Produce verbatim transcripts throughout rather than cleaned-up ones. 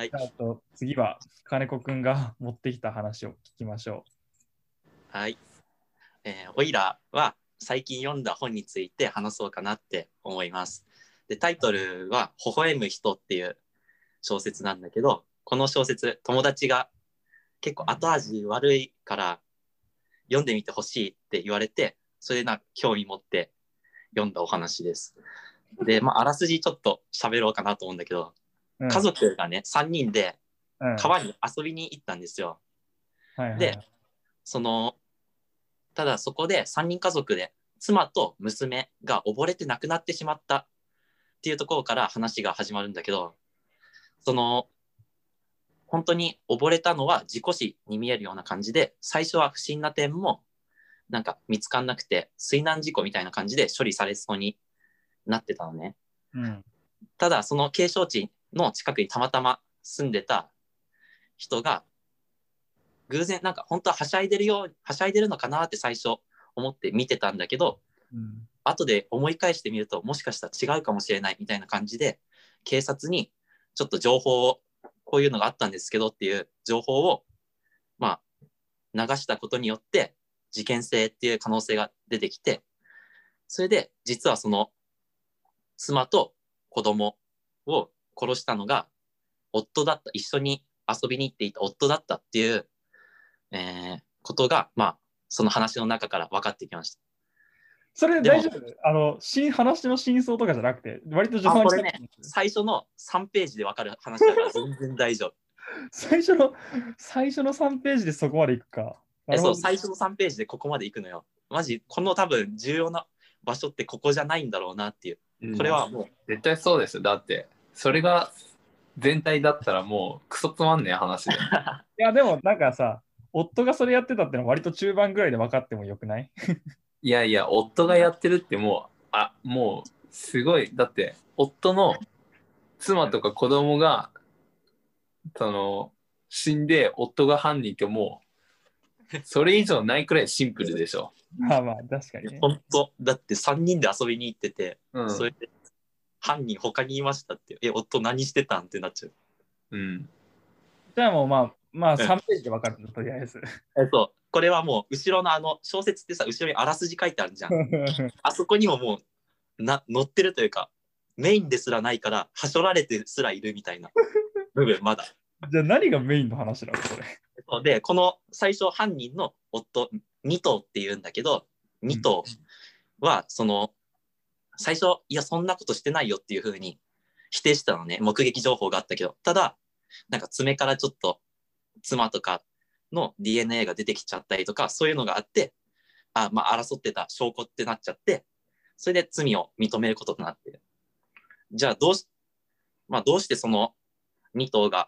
はい。 じゃあと次は金子くんが持ってきた話を聞きましょはい。えー、おいらは最近読んだ本について話そうかなって思います。で、タイトルは微笑む人っていう小説なんだけど、この小説、友達が結構後味悪いから読んでみてほしいって言われて、それでなんか興味持って読んだお話です。で、まあ、あらすじちょっと喋ろうかなと思うんだけど、 う。うん、 家族がね、さんにんでうん川に遊びに行ったんですよ。 はいはい、 で、その、ただそこでさんにん家族で妻と娘が溺れて亡くなってしまったっていうところから話が始まるんだけど、その、本当に溺れたのは事故死に見えるような感じで、最初は不審な点もなんか見つかんなくて、水難事故みたいな感じで処理されそうになってたのね。 うん、 ただその景勝地の近くにたまたま住んでた人が偶然なんか本当ははしゃいでるようはしゃいでるのかなって最初思って見てたんだけど、 うん、 後で思い返してみるともしかしたら違うかもしれないみたいな感じで警察にちょっと情報をこういうのがあったんですけどっていう情報をまあ流したことによって事件性っていう可能性が出てきて、それで実はその妻と子供を殺したのが夫だった、一緒に遊びに行っていた夫だったっていう、えーことがまあその話の中から分かってきました。 それでも大丈夫あの新話の真相とかじゃなくて、割と序盤にあこれね最初のさんページで分かる話だから全然大丈夫。 最初の最初のさんページでそこまでいくか。なえそうるほど。 最初のさんページでここまで行くのよ。マジこの多分重要な場所ってここじゃないんだろうなっていう。これはもう絶対そうですよ。だってそれが全体だったらもうクソつまんねえ話で。 いや、でもなんかさ、夫がそれやってたってのは割と中盤ぐらいで分かってもよくない？ いやいや、夫がやってるってもう、あ、もうすごい。だって夫の妻とか子供がその死んで夫が犯人ってもうそれ以上ないくらいシンプルでしょ。 まあまあ、確かにね。 本当だってさんにんで遊びに行ってて、 うん、 それで犯人他にいましたってえ夫何してたんってなっちゃう。 うん、 じゃあもうまあ、まあさんページで分かるの、とりあえず。 えそうこれはもう後ろのあの小説ってさ後ろにあらすじ書いてあるじゃん。あそこにももうな載ってるというかメインですらないからはしょられてすらいるみたいな部分まだ。 じゃあ何がメインの話なのこれ。 そうでこの最初犯人の夫に頭っていうんだけどに頭はその最初いやそんなことしてないよっていう風に否定してたのね。目撃情報があったけどただなんか爪からちょっと妻とかの ディーエヌエー が出てきちゃったりとかそういうのがあってあ、まあ、争ってた証拠ってなっちゃってそれで罪を認めることとなってじゃあどうし、まあ、どうしてそのに頭が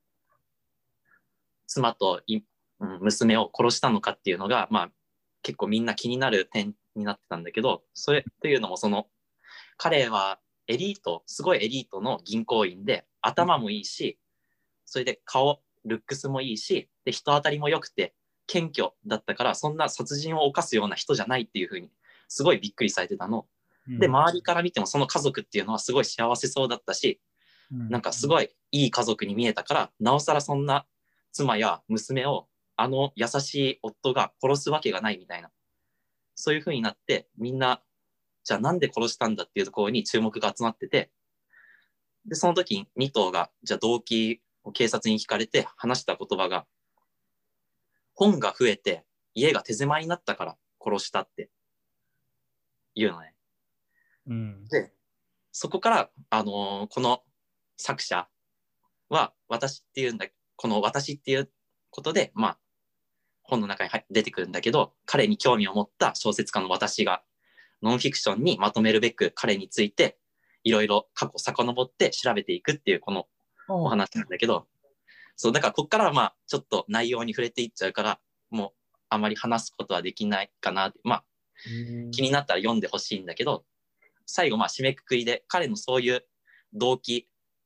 妻とい、うん、娘を殺したのかっていうのが、まあ、結構みんな気になる点になってたんだけどそれというのもその彼はエリートすごいエリートの銀行員で頭もいいしそれで顔ルックスもいいしで人当たりも良くて謙虚だったからそんな殺人を犯すような人じゃないっていう風にすごいびっくりされてたの、うん、で周りから見てもその家族っていうのはすごい幸せそうだったし、うん、なんかすごいいい家族に見えたからなおさらそんな妻や娘をあの優しい夫が殺すわけがないみたいなそういう風になってみんなじゃあなんで殺したんだっていうところに注目が集まっててでその時にに頭がじゃあ動機を警察に聞かれて話した言葉が本が増えて家が手狭になったから殺したって言うのね、うん、でそこから、あのー、この作者は私っていうんだこの私っていうことでまあ本の中に出てくるんだけど彼に興味を持った小説家の私がノンフィクションにまとめるべく彼についていろいろ過去遡って調べていくっていうこのお話なんだけどそうだからここからはまあちょっと内容に触れていっちゃうからもうあまり話すことはできないかなまあ気になったら読んでほしいんだけど最後まあ締めくくりで彼のそういう動機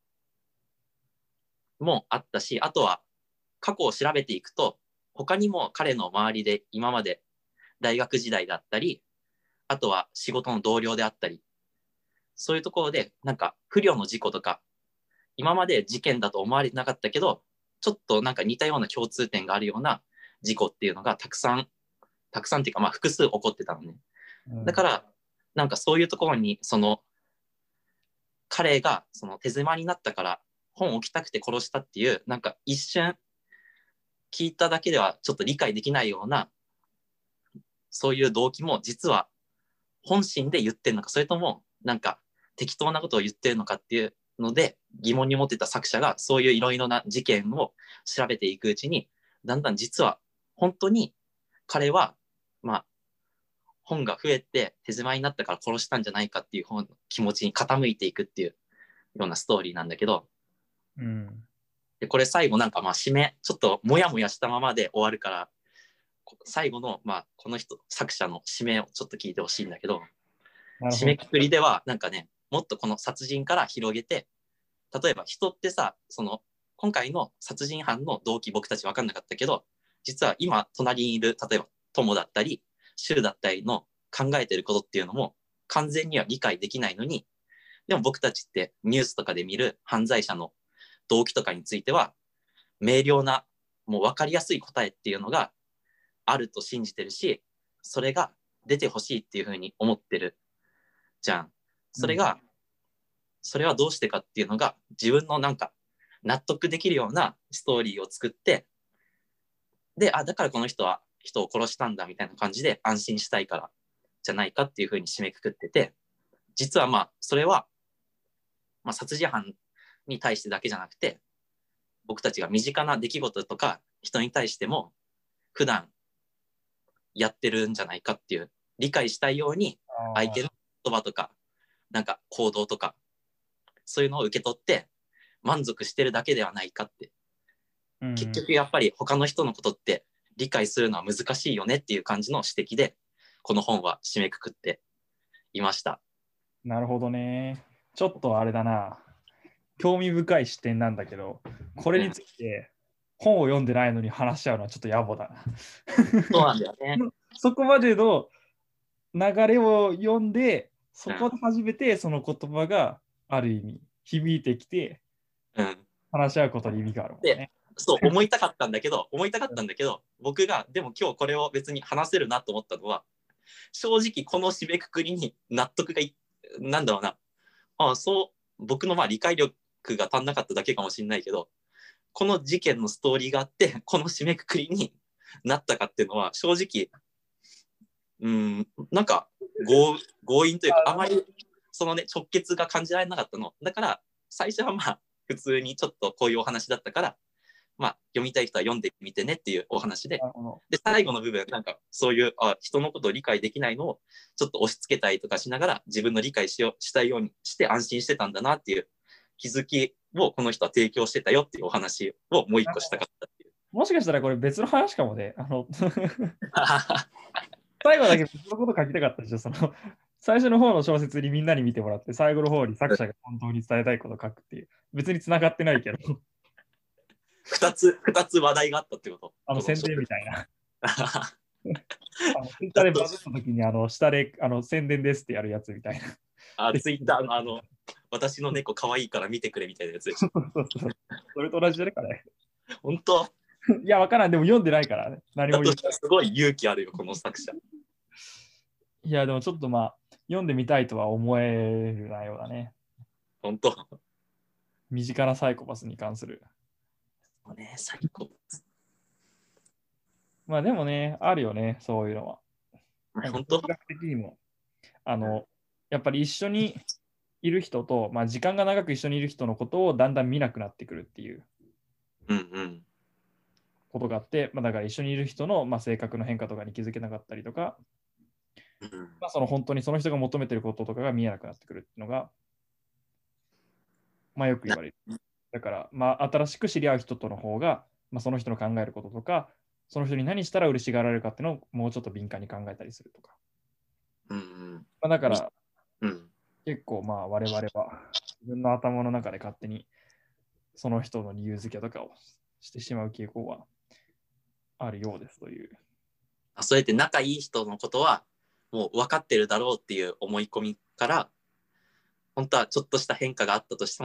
もあったしあとは過去を調べていくと他にも彼の周りで今まで大学時代だったりあとは仕事の同僚であったりそういうところでなんか不慮の事故とか今まで事件だと思われてなかったけど、ちょっとなんか似たような共通点があるような事故っていうのがたくさん、たくさんっていうか、まあ複数起こってたのね。だから、なんかそういうところに、その、彼がその手狭になったから本を置きたくて殺したっていう、なんか一瞬聞いただけではちょっと理解できないような、そういう動機も実は本心で言ってるのか、それともなんか適当なことを言ってるのかっていうので疑問に持ってた作者が、そういういろいろな事件を調べていくうちに、だんだん実は本当に彼はまあ本が増えて手狭になったから殺したんじゃないかっていう気持ちに傾いていくっていうようなストーリーなんだけど、 うん、 でこれ最後なんかまあ締めちょっとモヤモヤしたままで終わるから、最後のまあこの人作者の締めをちょっと聞いてほしいんだけど、締めくくりではなんかね、もっとこの殺人から広げて、例えば人ってさ、その今回の殺人犯の動機僕たち分かんなかったけど、実は今隣にいる例えば友だったりシュだったりの考えてることっていうのも完全には理解できないのに、でも僕たちってニュースとかで見る犯罪者の動機とかについては明瞭なもう分かりやすい答えっていうのがあると信じてるし、それが出てほしいっていうふうに思ってるじゃん。それが、うん、それはどうしてかっていうのが自分のなんか納得できるようなストーリーを作って、で、あ、だからこの人は人を殺したんだみたいな感じで安心したいからじゃないかっていうふうに締めくくってて、実はまあそれは、まあ、殺人犯に対してだけじゃなくて、僕たちが身近な出来事とか人に対しても普段やってるんじゃないかっていう、理解したいように相手の言葉とかなんか行動とかそういうのを受け取って満足してるだけではないかって、うん、結局やっぱり他の人のことって理解するのは難しいよねっていう感じの指摘でこの本は締めくくっていました。 なるほどね。ちょっとあれだな、興味深い視点なんだけど、これについて本を読んでないのに話し合うのはちょっと野暮だな。 そうなんだよね。 そこまでの流れを読んで、そこで初めてその言葉がある意味響いてきて、うん、話し合うことに意味があるもんね。 でそう思いたかったんだけど思いたかったんだけど僕がでも今日これを別に話せるなと思ったのは、正直この締めくくりに納得がいなんだろうな、ああそう僕のまあ理解力が足んなかっただけかもしれないけど、この事件のストーリーがあってこの締めくくりになったかっていうのは正直うんなんか 強, 強引というかあまりそのね直結が感じられなかったのだから、最初はまあ普通にちょっとこういうお話だったからまあ読みたい人は読んでみてねっていうお話で、で最後の部分なんかそういうあ人のことを理解できないのをちょっと押し付けたりとかしながら自分の理解しようしたいようにして安心してたんだなっていう気づきをこの人は提供してたよっていうお話をもう一個したかったっていう。 もしかしたらこれ別の話かもね。あの最後だけ別のこと書きたかったでしょ。その最初の方の小説にみんなに見てもらって、最後の方に作者が本当に伝えたいことを書くっていう、別に繋がってないけど。 二つ、二つ話題があったってこと？ あの宣伝みたいな。あのツイッターでバズった時にあの下であの宣伝ですってやるやつみたいな。 あ、ツイッターのあの私の猫かわいいから見てくれみたいなやつでしょ。 それと同じじゃねえかね。 本当？ いや、わからん。でも読んでないからね。何も言う。 すごい勇気あるよ、この作者。 いや、でもちょっとまあ、読んでみたいとは思えるなようだね。 本当？ 身近なサイコパスに関する。 そうね、サイコパス。 まあでもね、あるよね、そういうのは。 本当？ 文学的にも、あの、やっぱり一緒にいる人と、まあ時間が長く一緒にいる人のことをだんだん見なくなってくるっていう。 うんうん。 ことがあって、まあ、だから一緒にいる人の、まあ、性格の変化とかに気づけなかったりとか、うんまあ、その本当にその人が求めていることとかが見えなくなってくるっていうのが、まあ、よく言われる。だから、まあ、新しく知り合う人との方が、まあ、その人の考えることとか、その人に何したら嬉しがられるかっていうのをもうちょっと敏感に考えたりするとか。 うんうんまあ、だから、 うん、 結構まあ我々は自分の頭の中で勝手にその人の理由付けとかをしてしまう傾向はあるようですという。 そうやって仲いい人のことはもう分かってるだろうっていう思い込みから、本当はちょっとした変化があったとしてもまあ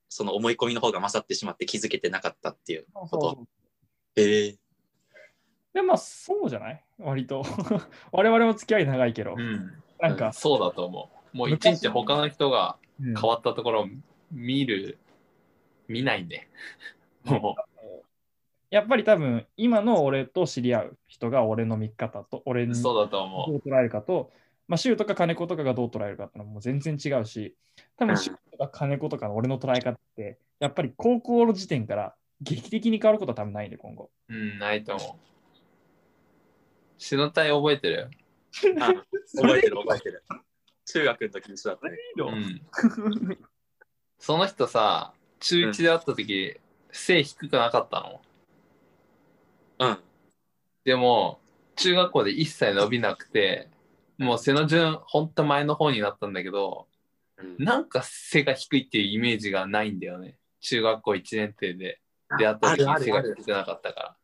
その思い込みの方が勝ってしまって気づけてなかったっていうこと。 そうそうええで、まあ、そうじゃない割と。我々も付き合い長いけど、 うん。 なんか、 そうだと思う。もう一日他の人がうん変わったところを見る、見ないんで。もやっぱり多分、今の俺と知り合う人が俺の見方と、俺う、 にそうどだと思う捉えるかと、まあ、シュウとか金子とかがどう捉えるかってのはもう全然違うし、多分、シュウとか金子とかの俺の捉え方って、やっぱり高校の時点から劇的に変わることは多分ないんで、今後。 う。うん、ないと思う。篠体覚えてる？ あ覚えてる覚えてる。中学の時に一緒だったね。 うん。その人さ、中いちで会った時、背低くなかったの？ うん。 でも、中学校で一切伸びなくて、もう背の順、ほんと前の方になったんだけど、 うんなんか背が低いっていうイメージがないんだよね。中学校いちねん生で出会った時に背が低くなかったから。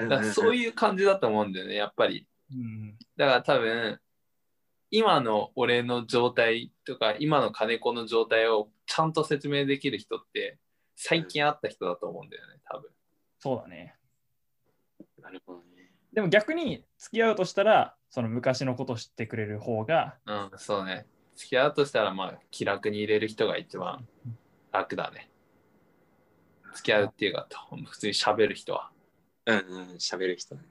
だからそういう感じだと思うんだよね、やっぱり。 うんだから多分、今の俺の状態とか、今の金子の状態をちゃんと説明できる人って、最近会った人だと思うんだよね、多分。 そうだね。 なるほどね。 でも逆に付き合うとしたら、その昔のことを知ってくれる方が、 うん、そうね。付き合うとしたら、まあ、気楽に入れる人が一番楽だね。付き合うっていうか、普通に喋る人は。 うんうん、喋る人ね。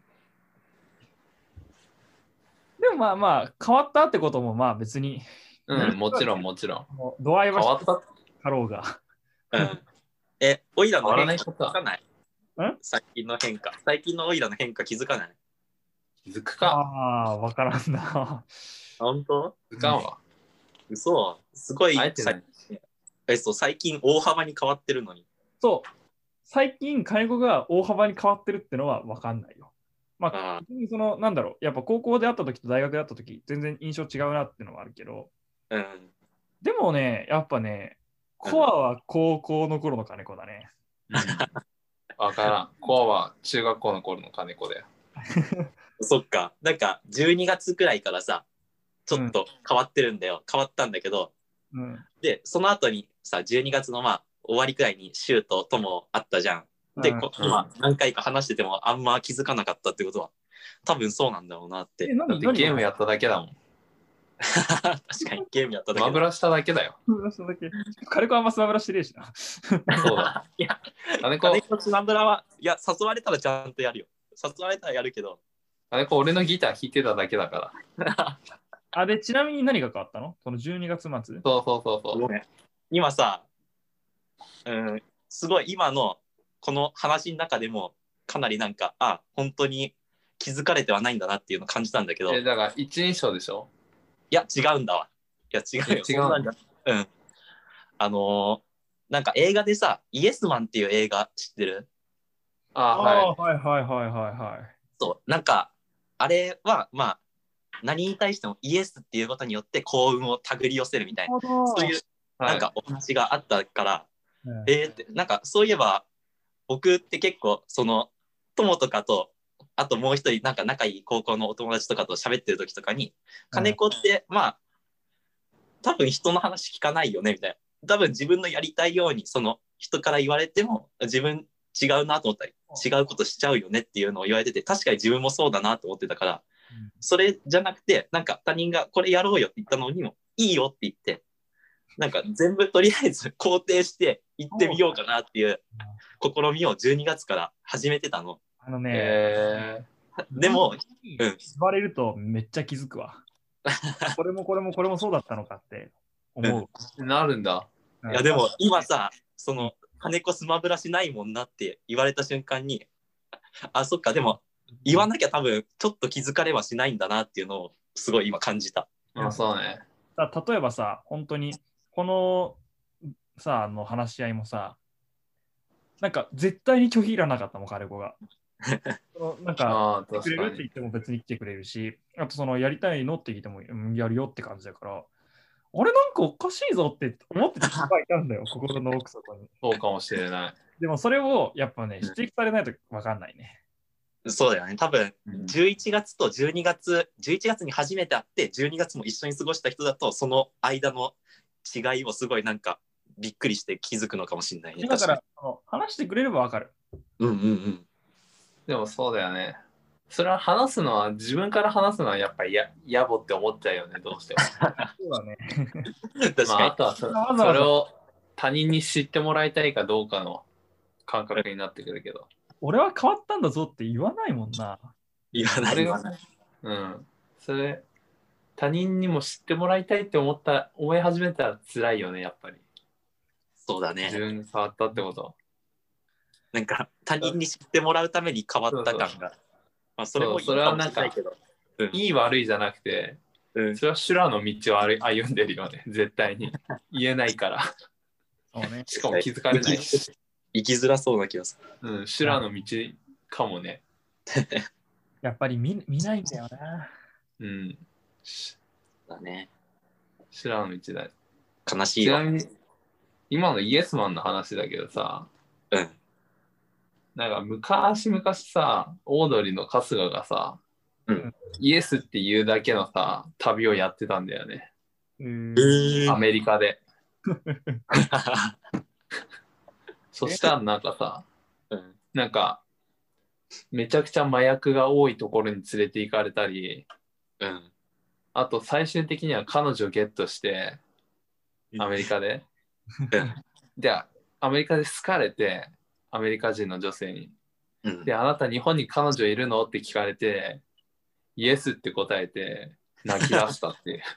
でもまあまあ、変わったってこともまあ別に、 うん、もちろん、もちろん。 もう度合いは変わったかろうが。 うん。え、オイラの変わらな変化気いことはづかない？ ん最近の変化。最近のオイラの変化気づかない？ 気づくか。 ああ、わからんな。 本当？ 気づかんわ。 嘘。すごいあえてない。 えそう最近大幅に変わってるのに。 そう。最近、金子が大幅に変わってるってのはわかんないよ。まあ、 あその、なんだろう、やっぱ高校で会った時と大学で会った時、全然印象違うなっていうのはあるけど、 うん。 でもね、やっぱね、コアは高校の頃の金子だね。 わからん。コアは中学校の頃の金子だよ。 そっか。なんかじゅうにがつくらいからさ、ちょっと変わってるんだよ。変わったんだけど、 うん。 で、その後にさ、じゅうにがつのまあ終わりくらいにシュウとトモあったじゃん。で、 うんこ今何回か話しててもあんま気づかなかったってことは、多分そうなんだろうなっえ、 て。 だってゲームやっただけだもん。 確かにゲームやっただけだ。 スマブラしただけだよ。 スマブラしただけ。金子あんまスマブラしてねえしな。 そうだ。 いや、 金子金、子スマブラは、いや、誘われたらちゃんとやるよ。誘われたらやるけど、 金子俺のギター弾いてただけだから。 あ、で、ちなみに何が変わったのそのじゅうにがつ末そうそうそうそう。 ごめん。今さ、うん、すごい今のこの話の中でもかなりなんか、あ、本当に気づかれてはないんだなっていうのを感じたんだけど、 え、 いだから一人称でしょ？ や、違うんだわ。いや、違うよ。 え違うそんなんじゃうん。あのーなんか映画でさ、イエスマンっていう映画知ってる？ ああ、はああー、はいはいはいはいはい。 そう、なんか、あれは、まあ、何に対してもイエスっていうことによって幸運を手繰り寄せるみたいな、そういうい。はい、 なんかお話があったから、 うんえーって、なんかそういえば、僕って結構、その、友とかと、あともう一人、なんか仲いい高校のお友達とかと喋ってる時とかに、金子って、まあ、多分人の話聞かないよね、みたいな。多分自分のやりたいように、その人から言われても、自分違うなと思ったり、違うことしちゃうよねっていうのを言われてて、確かに自分もそうだなと思ってたから、それじゃなくて、なんか他人がこれやろうよって言ったのにも、いいよって言って、なんか全部とりあえず肯定して行ってみようかなっていう試みをじゅうにがつから始めてたの。 あのね、 えでも、うん言われるとめっちゃ気づくわ。これもこれもこれもそうだったのかって思う。 ー、なるんだ。 いやでも今さ、その金子スマブラしないもんなって言われた瞬間に、あ、そっか、でも言わなきゃ多分ちょっと気づかれはしないんだなっていうのをすごい今感じた。 あ、そうね。 だ例えばさ、本当にこのさ、あの話し合いもさ、なんか絶対に拒否いらなかったもん、金子が。そのなんか、 ああ、 来てくれるって言確かに。 っても別に来てくれるし、あとそのやりたいのって聞いても、うん、やるよって感じだから、あれなんかおかしいぞって思ってた人がいたんだよ、心の奥底に。 そうかもしれない。 でもそれをやっぱね、 うん指摘されないと分かんないね。 そうだよね。多分うんじゅういちがつとじゅうにがつ、じゅういちがつに初めて会ってじゅうにがつも一緒に過ごした人だと、その間の違いをすごいなんかびっくりして気づくのかもしれないね。 だから話してくれればわかる。 うんうんうん。 でもそうだよね。それは話すのは、自分から話すのはやっぱりや野暮って思っちゃうよね、どうしても。 そうだね。 確まあ、あかとはそわざわざそれを他人に知ってもらいたいかどうかの感覚になってくるけど。 俺は変わったんだぞって言わないもんな。 に言わない俺が言わない。 うん。それ、他人にも知ってもらいたいって思った、思い始めたら辛いよね、やっぱり。 そうだ自ね。 分が変わったってこと。 なんか他人に知ってもらうために変わった感が。まあそれもいいそうそれはかもしれないけど。うんいい悪いじゃなくて、 うんそれは修羅の道を歩い歩んでるよね、絶対に。言えないから。 そうね。 しかも気づかれないし。 生きづらそうな気がする。 うん、修羅の道かもね。 やっぱり見見ないんだよな。 うん。しだね。 修羅の道だよ。 悲しいわ。 ちなみに、今のイエスマンの話だけどさ、 うん。 なんか昔々さ、オードリーの春日がさ、 うんイエスっていうだけのさ、旅をやってたんだよね。 うんえアメリカで。そしたらなんかさ、 うんなんか、めちゃくちゃ麻薬が多いところに連れて行かれたり、 うん。 あと最終的には彼女をゲットして、アメリカで。 うんで、アメリカで好かれて、アメリカ人の女性に。 うんで、あなた日本に彼女いるのって聞かれて、イエスって答えて、泣き出したっていう。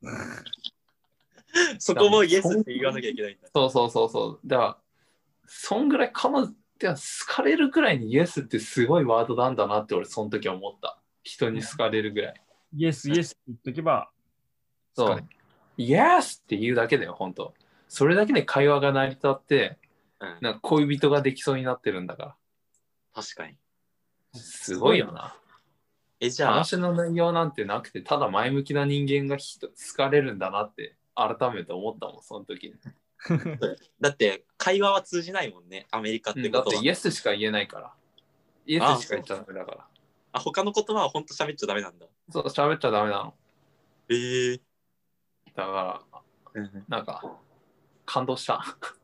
そこもイエスって言わなきゃいけないんだ。 そうそうそうそう。だから、そんぐらい彼女って好かれるくらいにイエスってすごいワードなんだなって俺その時思った。人に好かれるぐらい。 イエス、イエスって言っとけば、 そう。イエスって言うだけだよ、本当。それだけで会話が成り立って、 うん、 なんか恋人ができそうになってるんだか確かに。 ら。すごいよな。 え、じゃあ、 話の内容なんてなくて、ただ前向きな人間が人好かれるんだなって改めて思ったもん、その時に。 だって会話は通じないもんね、アメリカってうんことは。 だってイエスしか言えないから。イエスしか言っちゃダメだから。 あ、他の言葉は本当喋っちゃダメなんだ。 そう、喋っちゃダメなの。 えー、 だから、 うんなんか、感動した。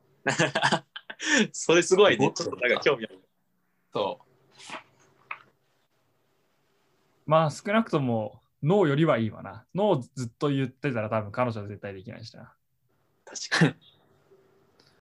それすごいね。ちょっとなんか興味ある。 そう。 まあ少なくともノーよりはいいわな。ノーずっと言ってたら多分彼女は絶対できないしな。 確かに。